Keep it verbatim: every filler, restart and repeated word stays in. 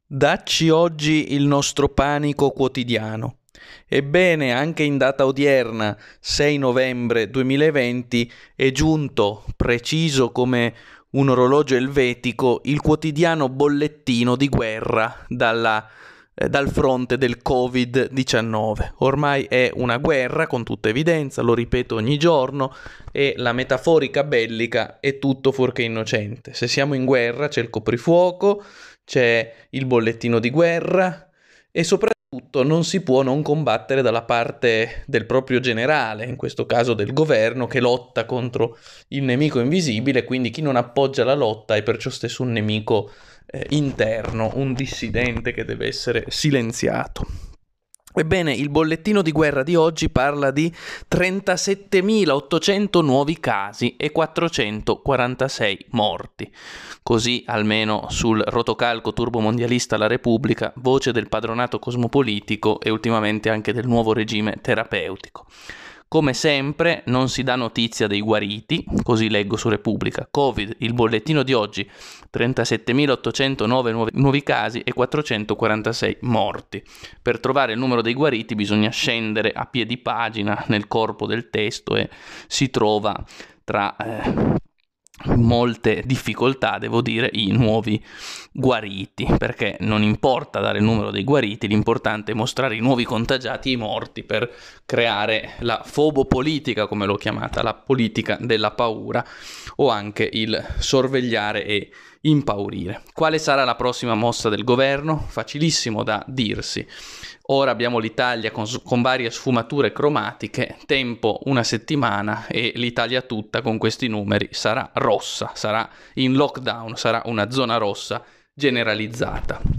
Dacci oggi il nostro panico quotidiano. Ebbene, anche in data odierna, sei novembre duemilaventi, è giunto, preciso come un orologio elvetico, il quotidiano bollettino di guerra dalla, eh, dal fronte del covid diciannove. Ormai è una guerra, con tutta evidenza, lo ripeto ogni giorno, e la metaforica bellica è tutto fuorché innocente. Se siamo in guerra c'è il coprifuoco, c'è il bollettino di guerra e soprattutto non si può non combattere dalla parte del proprio generale, in questo caso del governo, che lotta contro il nemico invisibile, quindi chi non appoggia la lotta è perciò stesso un nemico eh, interno, un dissidente che deve essere silenziato. Ebbene, il bollettino di guerra di oggi parla di trentasettemilaottocento nuovi casi e quattrocentoquarantasei morti. Così almeno sul rotocalco turbomondialista La Repubblica, voce del padronato cosmopolitico e ultimamente anche del nuovo regime terapeutico. Come sempre non si dà notizia dei guariti, così leggo su Repubblica. Covid, il bollettino di oggi, trentasettemilaottocentonove nuovi, nuovi casi e quattrocentoquarantasei morti. Per trovare il numero dei guariti bisogna scendere a piedi pagina nel corpo del testo e si trova tra eh, molte difficoltà, devo dire, i nuovi guariti, perché non importa dare il numero dei guariti, l'importante è mostrare i nuovi contagiati e i morti per creare la fobopolitica, come l'ho chiamata, la politica della paura, o anche il sorvegliare e impaurire. Quale sarà la prossima mossa del governo? Facilissimo da dirsi. Ora abbiamo l'Italia con, con varie sfumature cromatiche, tempo una settimana e l'Italia tutta con questi numeri sarà rossa, sarà in lockdown, sarà una zona rossa generalizzata.